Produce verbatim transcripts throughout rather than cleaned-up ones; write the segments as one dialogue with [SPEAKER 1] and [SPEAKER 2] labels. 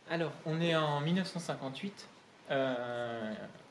[SPEAKER 1] Alors, on est en mille neuf cent cinquante-huit. Euh,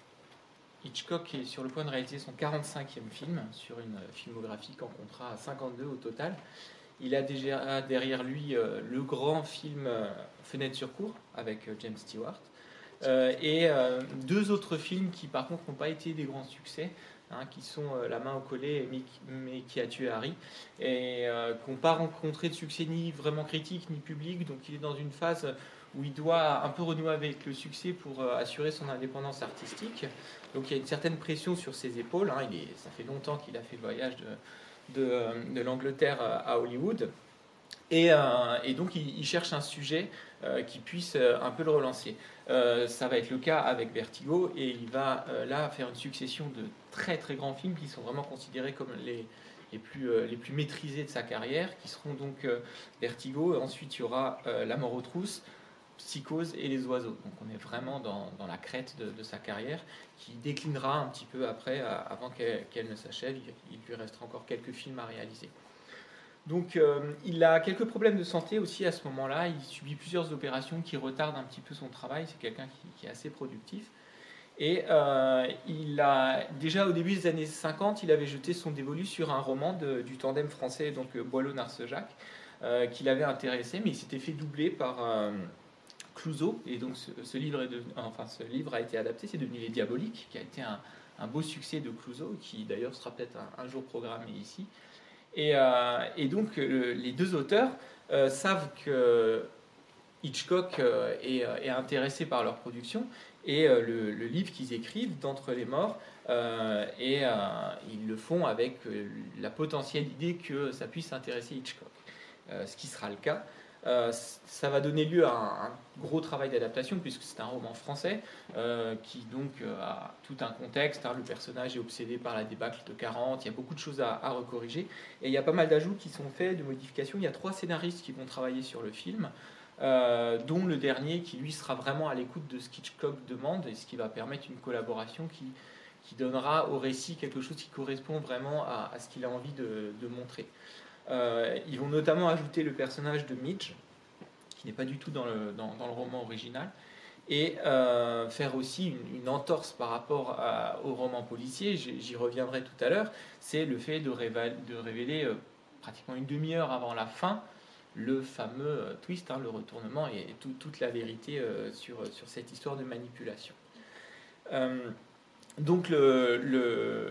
[SPEAKER 1] Hitchcock est sur le point de réaliser son quarante-cinquième film sur une filmographie qu'en comptera à cinquante-deux au total. Il a déjà derrière lui euh, le grand film euh, Fenêtre sur cour avec euh, James Stewart. Euh, et euh, deux autres films qui par contre n'ont pas été des grands succès, hein, qui sont euh, La main au collet et Mais qui a tué Harry, et euh, qui n'ont pas rencontré de succès ni vraiment critique ni public, donc il est dans une phase où il doit un peu renouer avec le succès pour euh, assurer son indépendance artistique. Donc il y a une certaine pression sur ses épaules, hein. Il est, ça fait longtemps qu'il a fait le voyage de, de, de l'Angleterre à Hollywood. Et, euh, et, donc il, il, cherche un sujet euh, qui puisse euh, un peu le relancer. Euh, ça va être le cas avec Vertigo, et il va euh, là faire une succession de très très grands films qui sont vraiment considérés comme les, les, plus, euh, les plus maîtrisés de sa carrière, qui seront donc euh, Vertigo. Ensuite il y aura euh, La mort aux trousses, Psychose et Les oiseaux. Donc on est vraiment dans, dans la crête de, de, sa carrière, qui déclinera un petit peu après, avant qu'elle, qu'elle ne s'achève. Il, il lui restera encore quelques films à réaliser. Donc euh, il a quelques problèmes de santé aussi à ce moment-là. Il subit plusieurs opérations qui retardent un petit peu son travail. C'est quelqu'un qui, qui est assez productif. Et euh, il a, déjà au début des années cinquante, il avait jeté son dévolu sur un roman de, du tandem français, donc Boileau-Narcejac, euh, qui l'avait intéressé, mais il s'était fait doubler par euh, Clouseau. Et donc ce, ce, livre est devenu, enfin, ce livre a été adapté, c'est devenu Les Diaboliques, qui a été un, un beau succès de Clouseau, qui d'ailleurs sera peut-être un, un jour programmé ici. Et, euh, et donc le, les deux auteurs euh, savent que Hitchcock euh, est, est, intéressé par leur production, et euh, le, le, livre qu'ils écrivent, D'entre les morts, euh, et euh, ils le font avec euh, la potentielle idée que ça puisse intéresser Hitchcock, euh, ce qui sera le cas. Euh, ça va donner lieu à un, un gros travail d'adaptation, puisque c'est un roman français euh, qui donc euh, a tout un contexte, hein. Le personnage est obsédé par la débâcle de quarante, il y a beaucoup de choses à, à recorriger, et il y a pas mal d'ajouts qui sont faits, de modifications. Il y a trois scénaristes qui vont travailler sur le film, euh, dont le dernier qui lui sera vraiment à l'écoute de ce qu'Hitchcock demande, et ce qui va permettre une collaboration qui, qui donnera au récit quelque chose qui correspond vraiment à, à ce qu'il a envie de, de montrer. Euh, ils vont notamment ajouter le personnage de Midge, qui n'est pas du tout dans le, dans, dans le roman original, et euh, faire aussi une, une entorse par rapport à, au roman policier, j'y reviendrai tout à l'heure, c'est le fait de, révéler, de révéler euh, pratiquement une demi-heure avant la fin le fameux euh, twist, hein, le retournement, et, et tout, toute la vérité euh, sur, sur cette histoire de manipulation. Euh, donc le, le,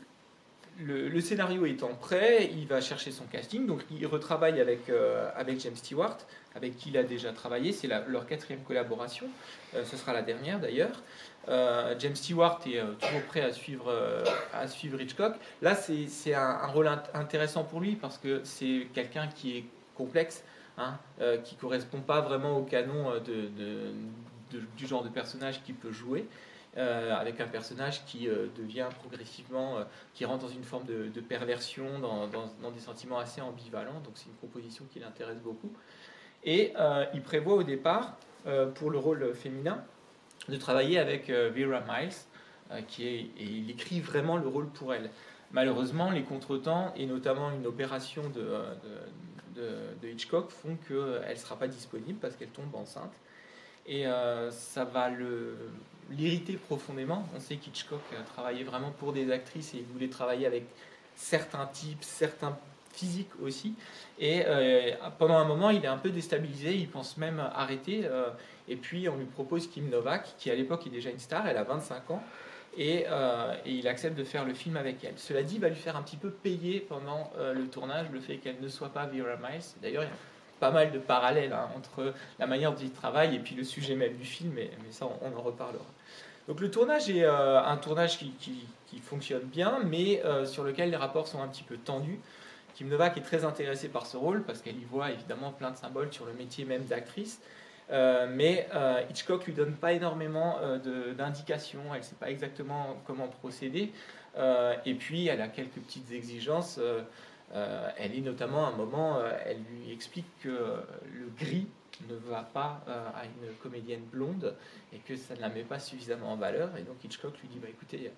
[SPEAKER 1] le, le, scénario étant prêt, il va chercher son casting, donc il retravaille avec, euh, avec James Stewart, avec qui il a déjà travaillé, c'est la, leur quatrième collaboration, euh, ce sera la dernière d'ailleurs. Euh, James Stewart est euh, toujours prêt à suivre, euh, à suivre Hitchcock. Là, c'est un, un rôle int intéressant pour lui, parce que c'est quelqu'un qui est complexe, hein, euh, qui ne correspond pas vraiment au canon de, de, de, du genre de personnage qu'il peut jouer. Euh, avec un personnage qui euh, devient progressivement, euh, qui rentre dans une forme de, de perversion, dans, dans, dans, des sentiments assez ambivalents. Donc c'est une proposition qui l'intéresse beaucoup. Et euh, il prévoit au départ, euh, pour le rôle féminin, de travailler avec euh, Vera Miles, euh, qui est, et il écrit vraiment le rôle pour elle. Malheureusement, les contretemps, et notamment une opération de, de, de, de Hitchcock, font qu'elle ne sera pas disponible parce qu'elle tombe enceinte. Et euh, ça va l'irriter profondément. On sait qu'Hitchcock travaillait vraiment pour des actrices, et il voulait travailler avec certains types, certains physiques aussi. Et euh, pendant un moment, il est un peu déstabilisé, il pense même arrêter. Euh, et puis on lui propose Kim Novak, qui à l'époque est déjà une star, elle a vingt-cinq ans. Et, euh, et il accepte de faire le film avec elle. Cela dit, il va lui faire un petit peu payer pendant euh, le tournage le fait qu'elle ne soit pas Vera Miles. D'ailleurs, il y a pas mal de parallèles, hein, entre la manière dont il travaille et puis le sujet même du film, mais, mais ça, on, on en reparlera. Donc le tournage est euh, un tournage qui, qui, qui, fonctionne bien, mais euh, sur lequel les rapports sont un petit peu tendus. Kim Novak est très intéressée par ce rôle, parce qu'elle y voit évidemment plein de symboles sur le métier même d'actrice. Euh, mais euh, Hitchcock lui donne pas énormément euh, d'indications, elle ne sait pas exactement comment procéder, euh, et puis elle a quelques petites exigences. Euh, euh, elle est notamment à un moment, euh, elle lui explique que euh, le gris ne va pas euh, à une comédienne blonde, et que ça ne la met pas suffisamment en valeur. Et donc Hitchcock lui dit bah, écoutez,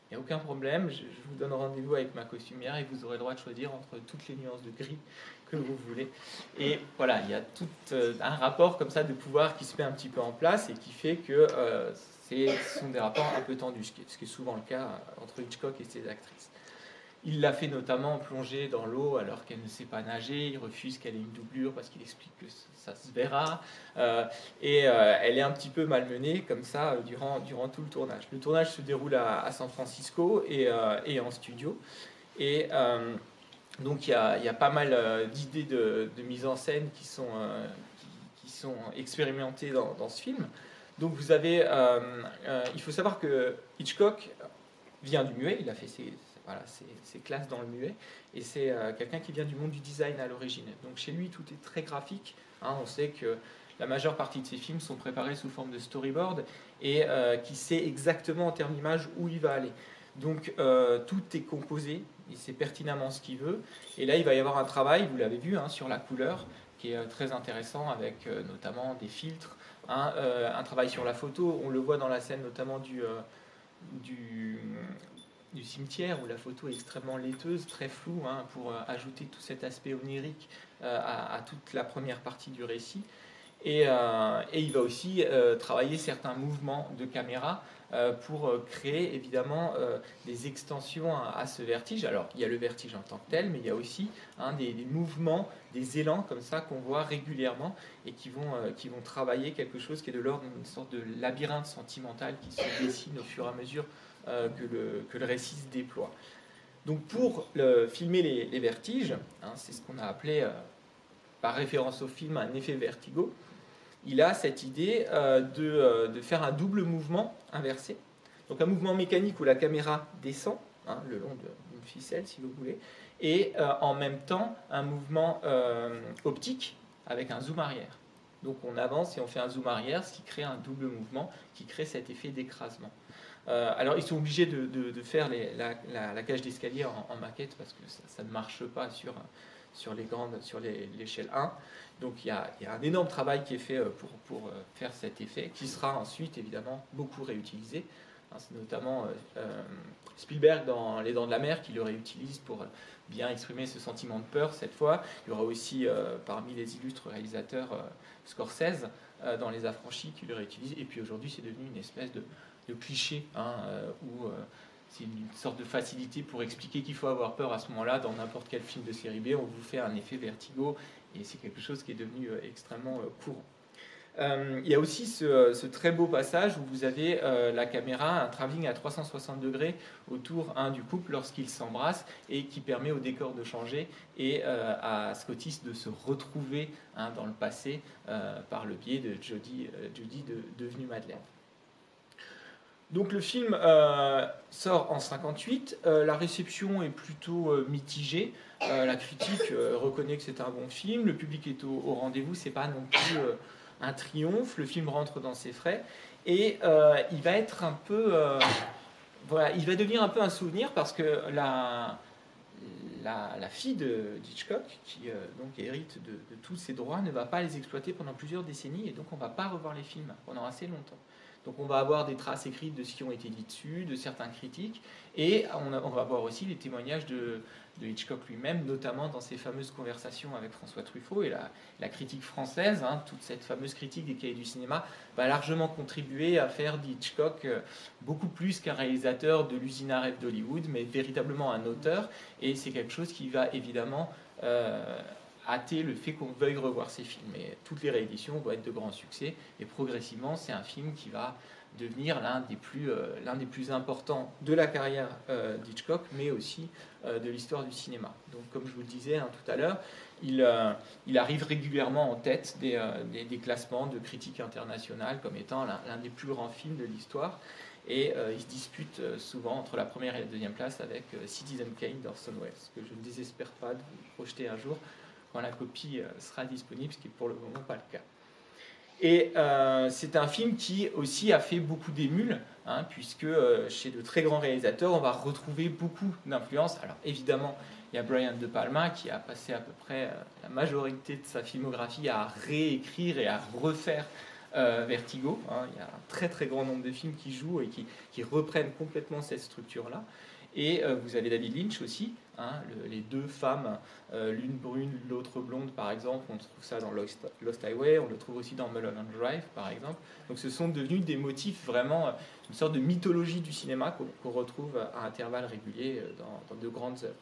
[SPEAKER 1] Il n'y a aucun problème, je, je vous donne rendez-vous avec ma costumière et vous aurez le droit de choisir entre toutes les nuances de gris que vous voulez. Et voilà, il y a tout euh, un rapport comme ça de pouvoir qui se met un petit peu en place et qui fait que euh, c'est, ce sont des rapports un peu tendus, ce qui est, ce qui est souvent le cas euh, entre Hitchcock et ses actrices. Il l'a fait notamment plonger dans l'eau alors qu'elle ne sait pas nager, il refuse qu'elle ait une doublure parce qu'il explique que ça se verra, euh, et euh, elle est un petit peu malmenée comme ça euh, durant, durant tout le tournage. Le tournage se déroule à, à San Francisco et, euh, et en studio, et euh, donc il y a, y a pas mal euh, d'idées de, de mise en scène qui sont, euh, qui, qui sont expérimentées dans, dans ce film. Donc vous avez, euh, euh, il faut savoir que Hitchcock vient du muet, il a fait ses Voilà, c'est classe dans le muet, et c'est euh, quelqu'un qui vient du monde du design à l'origine. Donc chez lui, tout est très graphique. Hein, on sait que la majeure partie de ses films sont préparés sous forme de storyboard, et euh, qui sait exactement en termes d'image où il va aller. Donc euh, tout est composé, il sait pertinemment ce qu'il veut, et là il va y avoir un travail, vous l'avez vu, hein, sur la couleur, qui est euh, très intéressant, avec euh, notamment des filtres, hein, euh, un travail sur la photo, on le voit dans la scène notamment du... Euh, du du cimetière où la photo est extrêmement laiteuse, très floue, hein, pour euh, ajouter tout cet aspect onirique euh, à, à toute la première partie du récit. Et, euh, et il va aussi euh, travailler certains mouvements de caméra euh, pour euh, créer évidemment euh, des extensions à, à ce vertige. Alors il y a le vertige en tant que tel, mais il y a aussi hein, des, des mouvements, des élans comme ça qu'on voit régulièrement et qui vont, euh, qui vont travailler quelque chose qui est de l'ordre d'une sorte de labyrinthe sentimental qui se dessine au fur et à mesure euh, que, le, que le récit se déploie. Donc pour le, filmer les, les vertiges, hein, c'est ce qu'on a appelé euh, par référence au film un effet vertigo, il a cette idée euh, de, euh, de faire un double mouvement inversé. Donc un mouvement mécanique où la caméra descend, hein, le long d'une ficelle si vous voulez, et euh, en même temps un mouvement euh, optique avec un zoom arrière. Donc on avance et on fait un zoom arrière, ce qui crée un double mouvement, qui crée cet effet d'écrasement. Euh, alors ils sont obligés de, de, de faire les, la, la, la cage d'escalier en, en maquette parce que ça, ça ne marche pas sur, sur les grandes, sur les, l'échelle un. Donc il y, a, il y a un énorme travail qui est fait pour, pour faire cet effet, qui sera ensuite évidemment beaucoup réutilisé. C'est notamment euh, Spielberg dans Les Dents de la Mer qui le réutilise pour bien exprimer ce sentiment de peur cette fois. Il y aura aussi euh, parmi les illustres réalisateurs euh, Scorsese euh, dans Les Affranchis qui le réutilise. Et puis aujourd'hui c'est devenu une espèce de, de cliché hein, euh, où euh, c'est une sorte de facilité pour expliquer qu'il faut avoir peur à ce moment-là dans n'importe quel film de série B. On vous fait un effet vertigo et c'est quelque chose qui est devenu euh, extrêmement euh, courant. Euh, il y a aussi ce, ce très beau passage où vous avez euh, la caméra, un travelling à trois cent soixante degrés autour hein, du couple lorsqu'ils s'embrassent et qui permet au décor de changer et euh, à Scottis de se retrouver hein, dans le passé euh, par le biais de Jodie, euh, Judy de, devenue Madeleine. Donc le film euh, sort en cinquante-huit, euh, la réception est plutôt euh, mitigée, euh, la critique euh, reconnaît que c'est un bon film, le public est au, au rendez-vous, c'est pas non plus euh, un triomphe, le film rentre dans ses frais et euh, il va être un peu, euh, voilà, il va devenir un peu un souvenir parce que la, la, la fille de Hitchcock, qui euh, donc hérite de, de tous ses droits, ne va pas les exploiter pendant plusieurs décennies et donc on va pas revoir les films pendant assez longtemps. Donc on va avoir des traces écrites de ce qui ont été dit dessus, de certains critiques, et on, a, on va avoir aussi les témoignages de, de Hitchcock lui-même, notamment dans ses fameuses conversations avec François Truffaut, et la, la critique française, hein, toute cette fameuse critique des cahiers du cinéma, va largement contribuer à faire d'Hitchcock beaucoup plus qu'un réalisateur de l'usine à rêve d'Hollywood, mais véritablement un auteur, et c'est quelque chose qui va évidemment... Euh, hâter le fait qu'on veuille revoir ces films. Et toutes les rééditions vont être de grands succès, et progressivement, c'est un film qui va devenir l'un des plus, euh, l'un des plus importants de la carrière euh, d'Hitchcock, mais aussi euh, de l'histoire du cinéma. Donc, comme je vous le disais hein, tout à l'heure, il, euh, il arrive régulièrement en tête des, euh, des, des classements de critiques internationales comme étant l'un, l'un des plus grands films de l'histoire. Et euh, il se dispute euh, souvent entre la première et la deuxième place avec euh, Citizen Kane d'Orson Welles, que je ne désespère pas de vous projeter un jour quand la copie sera disponible, ce qui est pour le moment pas le cas. Et euh, c'est un film qui aussi a fait beaucoup d'émules, hein, puisque euh, chez de très grands réalisateurs, on va retrouver beaucoup d'influences. Alors évidemment, il y a Brian De Palma qui a passé à peu près euh, la majorité de sa filmographie à réécrire et à refaire euh, Vertigo. Hein, il y a un très très grand nombre de films qui jouent et qui, qui reprennent complètement cette structure-là. Et euh, vous avez David Lynch aussi, hein, le, les deux femmes, euh, l'une brune, l'autre blonde par exemple, on trouve ça dans Lost, Lost Highway, on le trouve aussi dans Mulholland Drive par exemple. Donc ce sont devenus des motifs vraiment, une sorte de mythologie du cinéma qu'on, qu'on retrouve à intervalles réguliers dans, dans de grandes œuvres.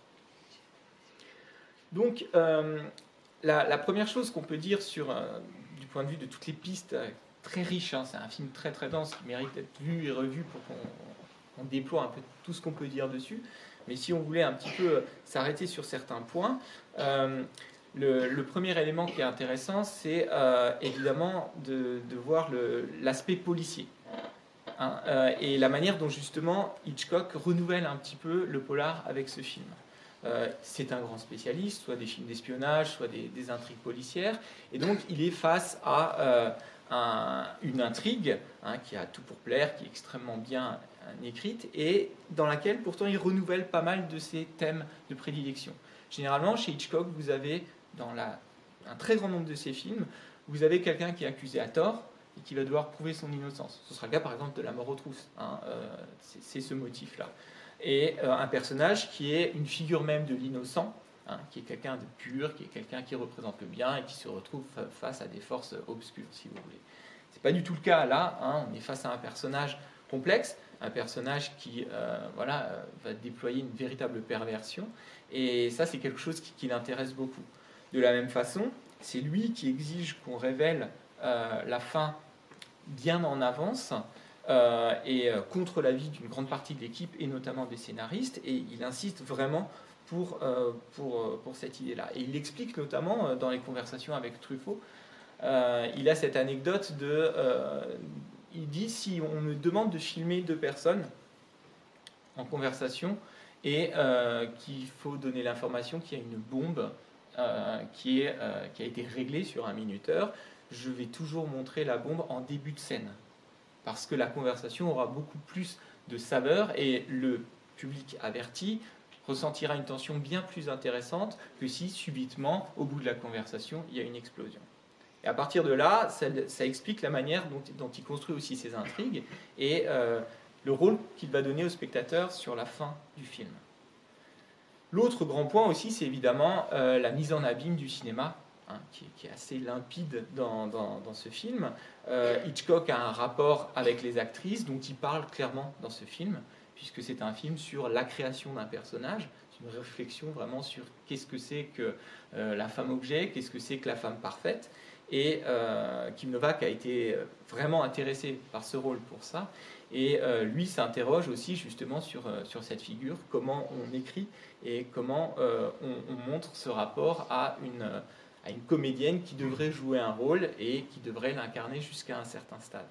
[SPEAKER 1] Donc euh, la, la première chose qu'on peut dire sur, euh, du point de vue de toutes les pistes, euh, très riche, hein, c'est un film très très dense qui mérite d'être vu et revu pour qu'on on déploie un peu tout ce qu'on peut dire dessus. Mais si on voulait un petit peu s'arrêter sur certains points, euh, le, le premier élément qui est intéressant, c'est euh, évidemment de, de voir le, l'aspect policier. Hein, euh, et la manière dont justement Hitchcock renouvelle un petit peu le polar avec ce film. Euh, c'est un grand spécialiste, soit des films d'espionnage, soit des, des intrigues policières, et donc il est face à euh, un, une intrigue hein, qui a tout pour plaire, qui est extrêmement bien écrite et dans laquelle pourtant il renouvelle pas mal de ses thèmes de prédilection. Généralement chez Hitchcock vous avez dans la, un très grand nombre de ses films vous avez quelqu'un qui est accusé à tort et qui va devoir prouver son innocence. Ce sera le cas par exemple de La mort aux trousses, hein, euh, c'est, c'est ce motif là. Et euh, un personnage qui est une figure même de l'innocent, hein, qui est quelqu'un de pur, qui est quelqu'un qui représente le bien et qui se retrouve face à des forces obscures si vous voulez. C'est pas du tout le cas là, hein, on est face à un personnage complexe, un personnage qui euh, voilà, euh, va déployer une véritable perversion, et ça c'est quelque chose qui, qui l'intéresse beaucoup. De la même façon, c'est lui qui exige qu'on révèle euh, la fin bien en avance, euh, et euh, contre l'avis d'une grande partie de l'équipe, et notamment des scénaristes, et il insiste vraiment pour, euh, pour, pour cette idée-là. Et il l'explique notamment dans les conversations avec Truffaut. Euh, il a cette anecdote de... Euh, il dit, si on me demande de filmer deux personnes en conversation et euh, qu'il faut donner l'information qu'il y a une bombe euh, qui, est, euh, qui a été réglée sur un minuteur, je vais toujours montrer la bombe en début de scène. Parce que la conversation aura beaucoup plus de saveur et le public averti ressentira une tension bien plus intéressante que si subitement, au bout de la conversation, il y a une explosion. Et à partir de là, ça, ça explique la manière dont, dont il construit aussi ses intrigues et euh, le rôle qu'il va donner au spectateur sur la fin du film. L'autre grand point aussi, c'est évidemment euh, la mise en abîme du cinéma, hein, qui, qui est assez limpide dans, dans, dans ce film. Euh, Hitchcock a un rapport avec les actrices dont il parle clairement dans ce film, puisque c'est un film sur la création d'un personnage, une réflexion vraiment sur qu'est-ce que c'est que euh, la femme objet, qu'est-ce que c'est que la femme parfaite. Et euh, Kim Novak a été vraiment intéressé par ce rôle pour ça. Et euh, lui s'interroge aussi justement sur, euh, sur cette figure, comment on écrit et comment euh, on, on montre ce rapport à une, à une comédienne qui devrait jouer un rôle et qui devrait l'incarner jusqu'à un certain stade.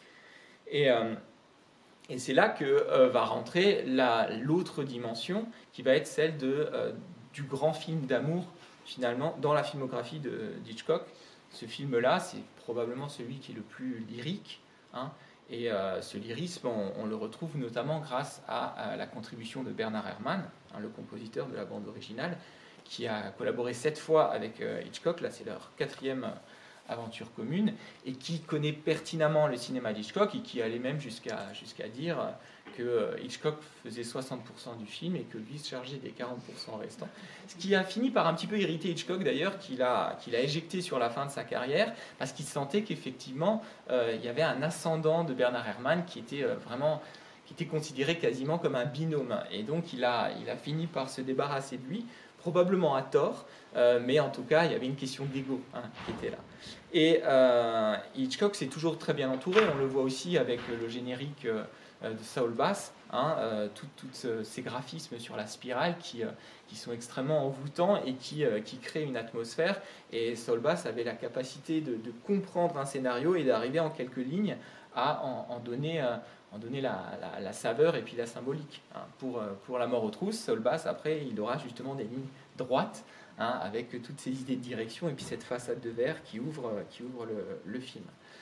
[SPEAKER 1] Et, euh, et c'est là que euh, va rentrer la, l'autre dimension qui va être celle de, euh, du grand film d'amour finalement dans la filmographie de, d'Hitchcock. Ce film-là, c'est probablement celui qui est le plus lyrique, hein, et euh, ce lyrisme, on, on le retrouve notamment grâce à, à la contribution de Bernard Herrmann, hein, le compositeur de la bande originale, qui a collaboré sept fois avec euh, Hitchcock, là c'est leur quatrième euh, aventure commune, et qui connaît pertinemment le cinéma d'Hitchcock, et qui allait même jusqu'à, jusqu'à dire que Hitchcock faisait soixante pour cent du film et que lui se chargeait des quarante pour cent restants. Ce qui a fini par un petit peu irriter Hitchcock d'ailleurs, qu'il a, qu'il a éjecté sur la fin de sa carrière, parce qu'il sentait qu'effectivement euh, il y avait un ascendant de Bernard Herrmann qui était euh, vraiment qui était considéré quasiment comme un binôme. Et donc il a, il a fini par se débarrasser de lui, probablement à tort, euh, mais en tout cas il y avait une question d'ego hein, qui était là. Et euh, Hitchcock s'est toujours très bien entouré, on le voit aussi avec le générique euh, de Saul Bass, hein, euh, tous ces graphismes sur la spirale qui, euh, qui sont extrêmement envoûtants et qui, euh, qui créent une atmosphère. Et Saul Bass avait la capacité de, de comprendre un scénario et d'arriver en quelques lignes à en, en donner, euh, en donner la, la, la saveur et puis la symbolique. Hein. Pour, euh, pour La mort aux trousses, Saul Bass, après, il aura justement des lignes droites, hein, avec toutes ces idées de direction et puis cette façade de verre qui ouvre, qui ouvre le, le film.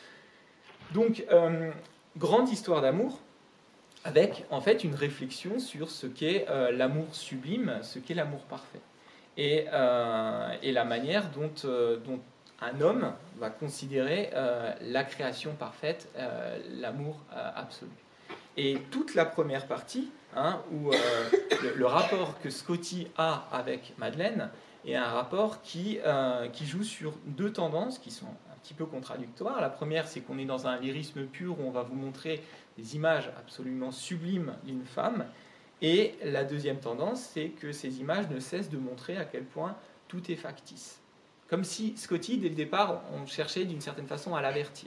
[SPEAKER 1] Donc, euh, grande histoire d'amour, avec en fait une réflexion sur ce qu'est euh, l'amour sublime, ce qu'est l'amour parfait, et, euh, et la manière dont, euh, dont un homme va considérer euh, la création parfaite, euh, l'amour euh, absolu. Et toute la première partie, hein, où euh, le, le rapport que Scotty a avec Madeleine est un rapport qui, euh, qui joue sur deux tendances qui sont un petit peu contradictoires. La première, c'est qu'on est dans un lyrisme pur où on va vous montrer des images absolument sublimes d'une femme. Et la deuxième tendance, c'est que ces images ne cessent de montrer à quel point tout est factice. Comme si Scotty, dès le départ, on cherchait d'une certaine façon à l'avertir.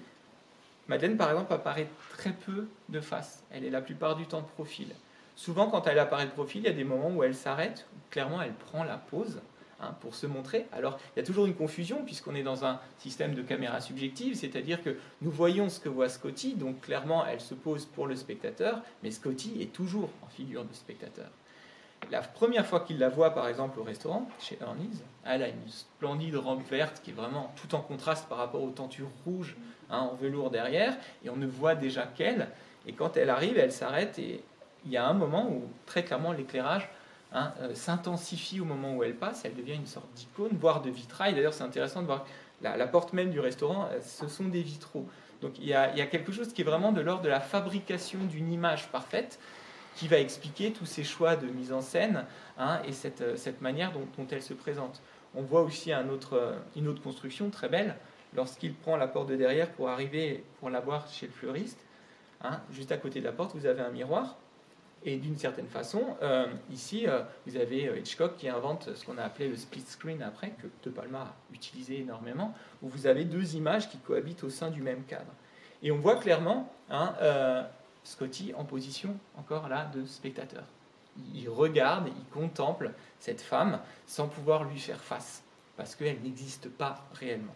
[SPEAKER 1] Madeleine, par exemple, apparaît très peu de face. Elle est la plupart du temps de profil. Souvent, quand elle apparaît de profil, il y a des moments où elle s'arrête, où clairement elle prend la pause, hein, pour se montrer. Alors, il y a toujours une confusion, puisqu'on est dans un système de caméra subjective, c'est-à-dire que nous voyons ce que voit Scotty, donc clairement elle se pose pour le spectateur, mais Scotty est toujours en figure de spectateur. La première fois qu'il la voit, par exemple, au restaurant, chez Ernie's, elle a une splendide robe verte qui est vraiment tout en contraste par rapport aux tentures rouges, hein, en velours derrière, et on ne voit déjà qu'elle. Et quand elle arrive, elle s'arrête, et il y a un moment où, très clairement, l'éclairage hein, euh, s'intensifie au moment où elle passe, elle devient une sorte d'icône, voire de vitrail. D'ailleurs, c'est intéressant de voir la, la porte même du restaurant, euh, ce sont des vitraux. Donc il y, a, il y a quelque chose qui est vraiment de l'ordre de la fabrication d'une image parfaite, qui va expliquer tous ces choix de mise en scène hein, et cette, cette manière dont, dont elle se présente. On voit aussi un autre, une autre construction très belle, lorsqu'il prend la porte de derrière pour arriver, pour la voir chez le fleuriste. Hein, juste à côté de la porte, vous avez un miroir, et d'une certaine façon, euh, ici, euh, vous avez Hitchcock qui invente ce qu'on a appelé le split screen après, que De Palma a utilisé énormément, où vous avez deux images qui cohabitent au sein du même cadre. Et on voit clairement... Hein, euh, Scotty en position, encore là, de spectateur. Il regarde, il contemple cette femme sans pouvoir lui faire face, parce qu'elle n'existe pas réellement.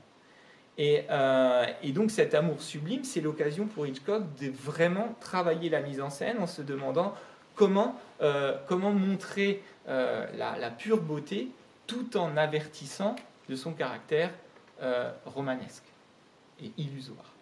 [SPEAKER 1] Et, euh, et donc cet amour sublime, c'est l'occasion pour Hitchcock de vraiment travailler la mise en scène en se demandant comment, euh, comment montrer euh, la, la pure beauté tout en avertissant de son caractère euh, romanesque et illusoire.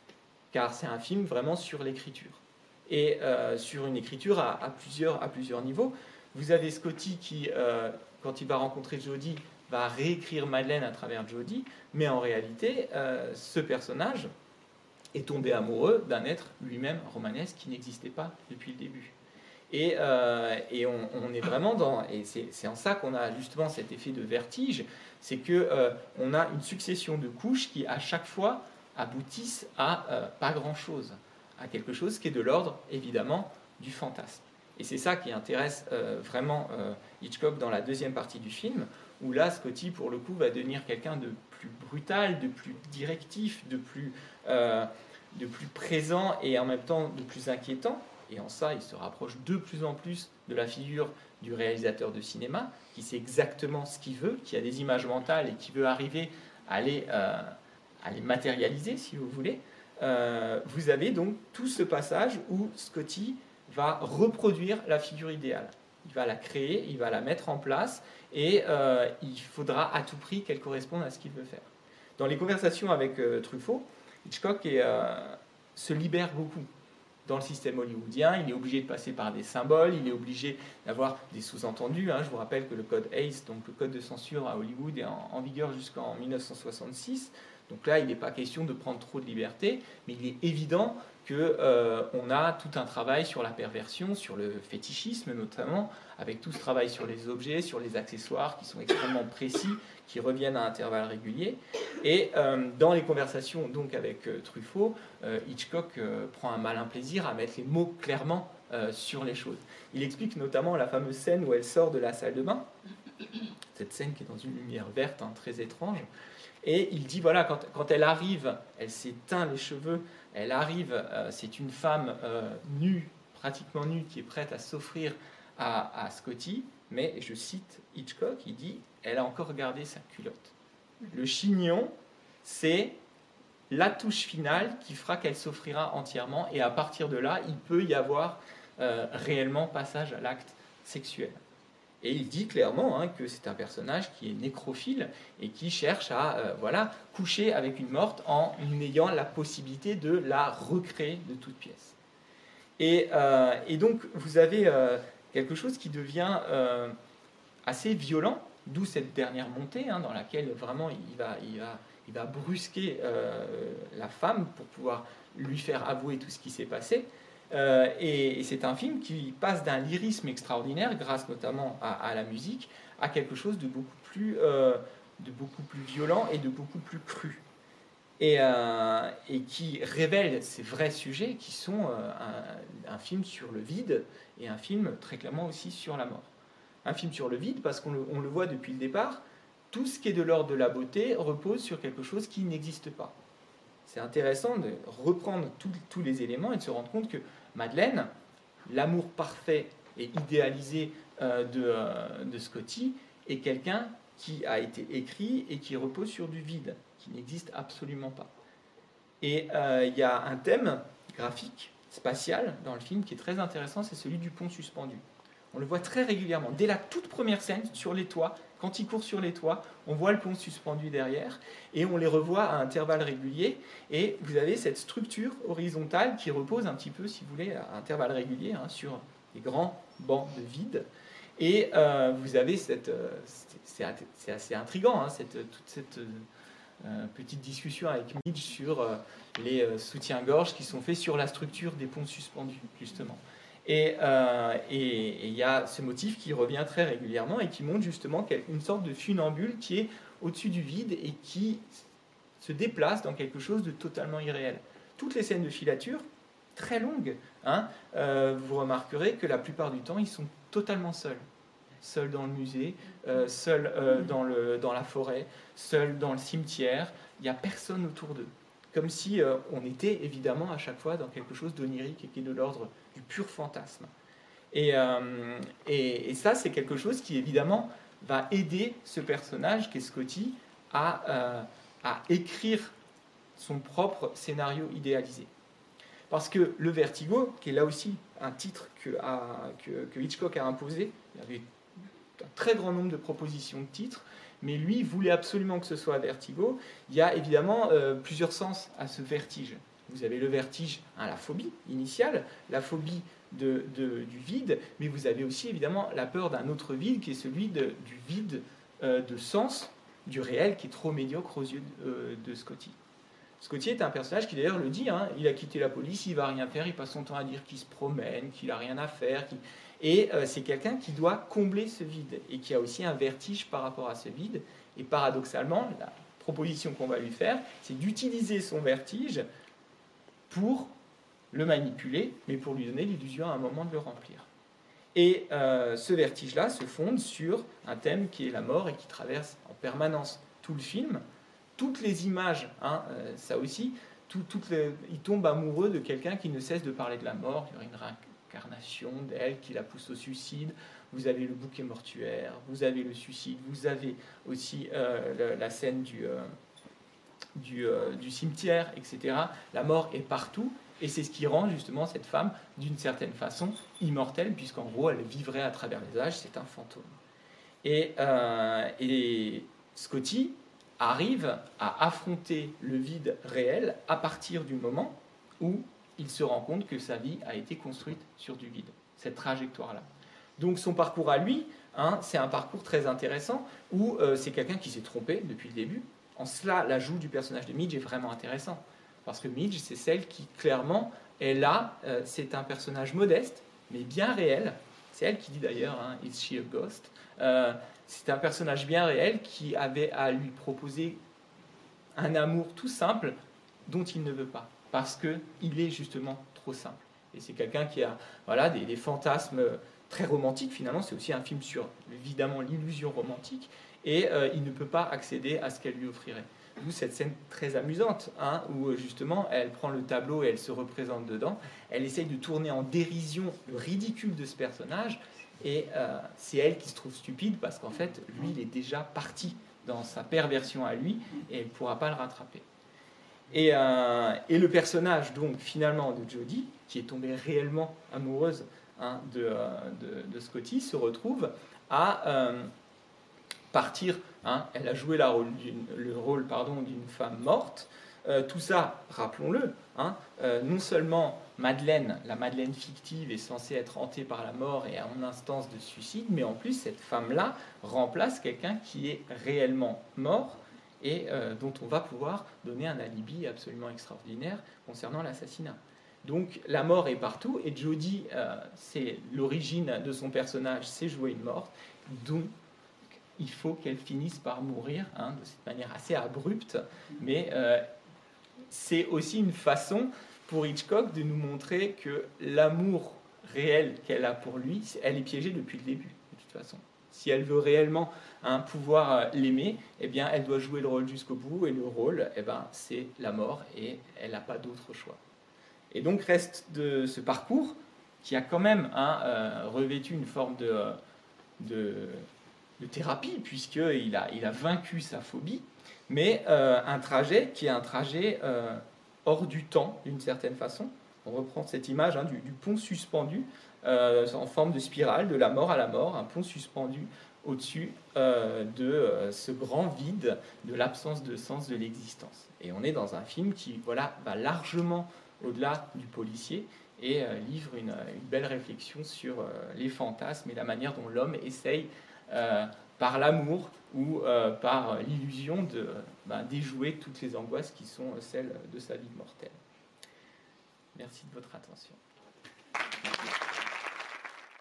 [SPEAKER 1] Car c'est un film vraiment sur l'écriture. Et euh, sur une écriture à, à, plusieurs, à plusieurs niveaux. Vous avez Scotty qui, euh, quand il va rencontrer Jodie, va réécrire Madeleine à travers Jodie, mais en réalité, euh, ce personnage est tombé amoureux d'un être lui-même romanesque qui n'existait pas depuis le début. Et, euh, et on, on est vraiment dans... Et c'est, c'est en ça qu'on a justement cet effet de vertige, c'est qu'on euh, a une succession de couches qui, à chaque fois, aboutissent à euh, pas grand-chose. À quelque chose qui est de l'ordre, évidemment, du fantasme. Et c'est ça qui intéresse euh, vraiment euh, Hitchcock dans la deuxième partie du film, où là, Scotty, pour le coup, va devenir quelqu'un de plus brutal, de plus directif, de plus, euh, de plus présent et en même temps de plus inquiétant. Et en ça, il se rapproche de plus en plus de la figure du réalisateur de cinéma, qui sait exactement ce qu'il veut, qui a des images mentales et qui veut arriver à les, euh, à les matérialiser, si vous voulez. Euh, vous avez donc tout ce passage où Scotty va reproduire la figure idéale. Il va la créer, il va la mettre en place, et euh, il faudra à tout prix qu'elle corresponde à ce qu'il veut faire. Dans les conversations avec euh, Truffaut, Hitchcock est, euh, se libère beaucoup. Dans le système hollywoodien, il est obligé de passer par des symboles, il est obligé d'avoir des sous-entendus. Hein. Je vous rappelle que le code Hays, donc le code de censure à Hollywood, est en, en vigueur jusqu'en dix-neuf cent soixante-six. Donc là, il n'est pas question de prendre trop de liberté, mais il est évident qu'on euh, a tout un travail sur la perversion, sur le fétichisme notamment, avec tout ce travail sur les objets, sur les accessoires qui sont extrêmement précis, qui reviennent à intervalles réguliers. Et euh, dans les conversations donc avec euh, Truffaut, euh, Hitchcock euh, prend un malin plaisir à mettre les mots clairement euh, sur les choses. Il explique notamment la fameuse scène où elle sort de la salle de bain, cette scène qui est dans une lumière verte, hein, très étrange. Et il dit, voilà, quand, quand elle arrive, elle s'est teint les cheveux, elle arrive, euh, c'est une femme euh, nue, pratiquement nue, qui est prête à s'offrir à, à Scotty, mais, je cite Hitchcock, il dit, elle a encore gardé sa culotte. Le chignon, c'est la touche finale qui fera qu'elle s'offrira entièrement, et à partir de là, il peut y avoir euh, réellement passage à l'acte sexuel. Et il dit clairement hein, que c'est un personnage qui est nécrophile et qui cherche à euh, voilà, coucher avec une morte en ayant la possibilité de la recréer de toutes pièces. Et, euh, et donc, vous avez euh, quelque chose qui devient euh, assez violent, d'où cette dernière montée, hein, dans laquelle vraiment il va, il va il va brusquer euh, la femme pour pouvoir lui faire avouer tout ce qui s'est passé. Euh, et, et c'est un film qui passe d'un lyrisme extraordinaire, grâce notamment à, à la musique, à quelque chose de beaucoup plus, euh, de beaucoup plus violent et de beaucoup plus cru. Et, euh, et qui révèle ces vrais sujets qui sont euh, un, un film sur le vide et un film très clairement aussi sur la mort. Un film sur le vide parce qu'on le, on le voit depuis le départ, tout ce qui est de l'ordre de la beauté repose sur quelque chose qui n'existe pas. C'est intéressant de reprendre tous les éléments et de se rendre compte que Madeleine, l'amour parfait et idéalisé euh, de, euh, de Scotty, est quelqu'un qui a été écrit et qui repose sur du vide, qui n'existe absolument pas. Et euh, il y a un thème graphique, spatial, dans le film qui est très intéressant, c'est celui du pont suspendu. On le voit très régulièrement. Dès la toute première scène, sur les toits, quand il court sur les toits, on voit le pont suspendu derrière, et on les revoit à intervalles réguliers, et vous avez cette structure horizontale qui repose un petit peu, si vous voulez, à intervalles réguliers, hein, sur des grands bancs de vide. Et euh, vous avez cette... Euh, c'est, c'est assez intriguant, hein, cette, toute cette euh, petite discussion avec Midge sur euh, les euh, soutiens-gorge qui sont faits sur la structure des ponts suspendus, justement. Et euh, il y a ce motif qui revient très régulièrement et qui montre justement une sorte de funambule qui est au-dessus du vide et qui se déplace dans quelque chose de totalement irréel. Toutes les scènes de filature, très longues, hein, euh, vous remarquerez que la plupart du temps, ils sont totalement seuls. Seuls dans le musée, euh, seuls euh, dans, le, dans la forêt, seuls dans le cimetière. Il n'y a personne autour d'eux. Comme si euh, on était évidemment à chaque fois dans quelque chose d'onirique et qui est de l'ordre du pur fantasme. Et, euh, et, et ça, c'est quelque chose qui évidemment va aider ce personnage qu'est Scotty à, euh, à écrire son propre scénario idéalisé. Parce que le Vertigo, qui est là aussi un titre que, a, que, que Hitchcock a imposé, il y avait un très grand nombre de propositions de titres, mais lui voulait absolument que ce soit Vertigo. Il y a évidemment euh, plusieurs sens à ce vertige. Vous avez le vertige, hein, la phobie initiale, la phobie de, de, du vide, mais vous avez aussi évidemment la peur d'un autre vide qui est celui de, du vide euh, de sens du réel qui est trop médiocre aux yeux de, euh, de Scotty. Scotty est un personnage qui d'ailleurs le dit, hein, il a quitté la police, il ne va rien faire, il passe son temps à dire qu'il se promène, qu'il n'a rien à faire, qu'il... Et euh, c'est quelqu'un qui doit combler ce vide et qui a aussi un vertige par rapport à ce vide. Et paradoxalement, la proposition qu'on va lui faire, c'est d'utiliser son vertige pour le manipuler, mais pour lui donner l'illusion à un moment de le remplir. Et euh, ce vertige-là se fonde sur un thème qui est la mort et qui traverse en permanence tout le film. Toutes les images, hein, euh, ça aussi, tout, toutes les, il tombe amoureux de quelqu'un qui ne cesse de parler de la mort. Il y aurait une réincarnation d'elle qui la pousse au suicide. Vous avez le bouquet mortuaire, vous avez le suicide, vous avez aussi euh, la, la scène du, euh, du, euh, du cimetière, et cetera. La mort est partout. Et c'est ce qui rend justement cette femme, d'une certaine façon, immortelle, puisqu'en gros, elle vivrait à travers les âges, c'est un fantôme. Et, euh, et Scotty arrive à affronter le vide réel à partir du moment où il se rend compte que sa vie a été construite sur du vide, cette trajectoire-là. Donc son parcours à lui, hein, c'est un parcours très intéressant, où euh, c'est quelqu'un qui s'est trompé depuis le début. En cela, l'ajout du personnage de Midge est vraiment intéressant. Parce que Midge, c'est celle qui, clairement, est là. Euh, c'est un personnage modeste, mais bien réel. C'est elle qui dit d'ailleurs, hein, « Is she a ghost ?» euh, C'est un personnage bien réel qui avait à lui proposer un amour tout simple dont il ne veut pas. Parce qu'il est justement trop simple. Et c'est quelqu'un qui a voilà, des, des fantasmes très romantiques. Finalement, c'est aussi un film sur, évidemment, l'illusion romantique. Et euh, il ne peut pas accéder à ce qu'elle lui offrirait. D'où cette scène très amusante, hein, où justement elle prend le tableau et elle se représente dedans. Elle essaye de tourner en dérision le ridicule de ce personnage, et euh, c'est elle qui se trouve stupide parce qu'en fait, lui, il est déjà parti dans sa perversion à lui et elle ne pourra pas le rattraper. Et, euh, et le personnage, donc, finalement, de Jodie, qui est tombée réellement amoureuse hein, de, euh, de, de Scotty, se retrouve à... Euh, partir, hein, elle a joué la rôle le rôle pardon, d'une femme morte. Euh, tout ça, rappelons-le, hein, euh, non seulement Madeleine, la Madeleine fictive, est censée être hantée par la mort et en instance de suicide, mais en plus, cette femme-là remplace quelqu'un qui est réellement mort et euh, dont on va pouvoir donner un alibi absolument extraordinaire concernant l'assassinat. Donc la mort est partout, et Jodie, euh, c'est l'origine de son personnage, c'est jouer une morte, donc il faut qu'elle finisse par mourir, hein, de cette manière assez abrupte, mais euh, c'est aussi une façon pour Hitchcock de nous montrer que l'amour réel qu'elle a pour lui, elle est piégée depuis le début, de toute façon. Si elle veut réellement hein, pouvoir l'aimer, eh bien, elle doit jouer le rôle jusqu'au bout, et le rôle, eh ben, c'est la mort, et elle n'a pas d'autre choix. Et donc reste de ce parcours, qui a quand même hein, euh, revêtu une forme de, de, de thérapie, puisqu'il a, il a vaincu sa phobie, mais euh, un trajet qui est un trajet euh, hors du temps, d'une certaine façon. On reprend cette image hein, du, du pont suspendu, euh, en forme de spirale, de la mort à la mort, un pont suspendu au-dessus euh, de euh, ce grand vide, de l'absence de sens de l'existence. Et on est dans un film qui voilà, va largement au-delà du policier, et euh, livre une, une belle réflexion sur euh, les fantasmes et la manière dont l'homme essaye, euh, par l'amour ou euh, par l'illusion, de ben, déjouer toutes les angoisses qui sont celles de sa vie mortelle. Merci de votre attention.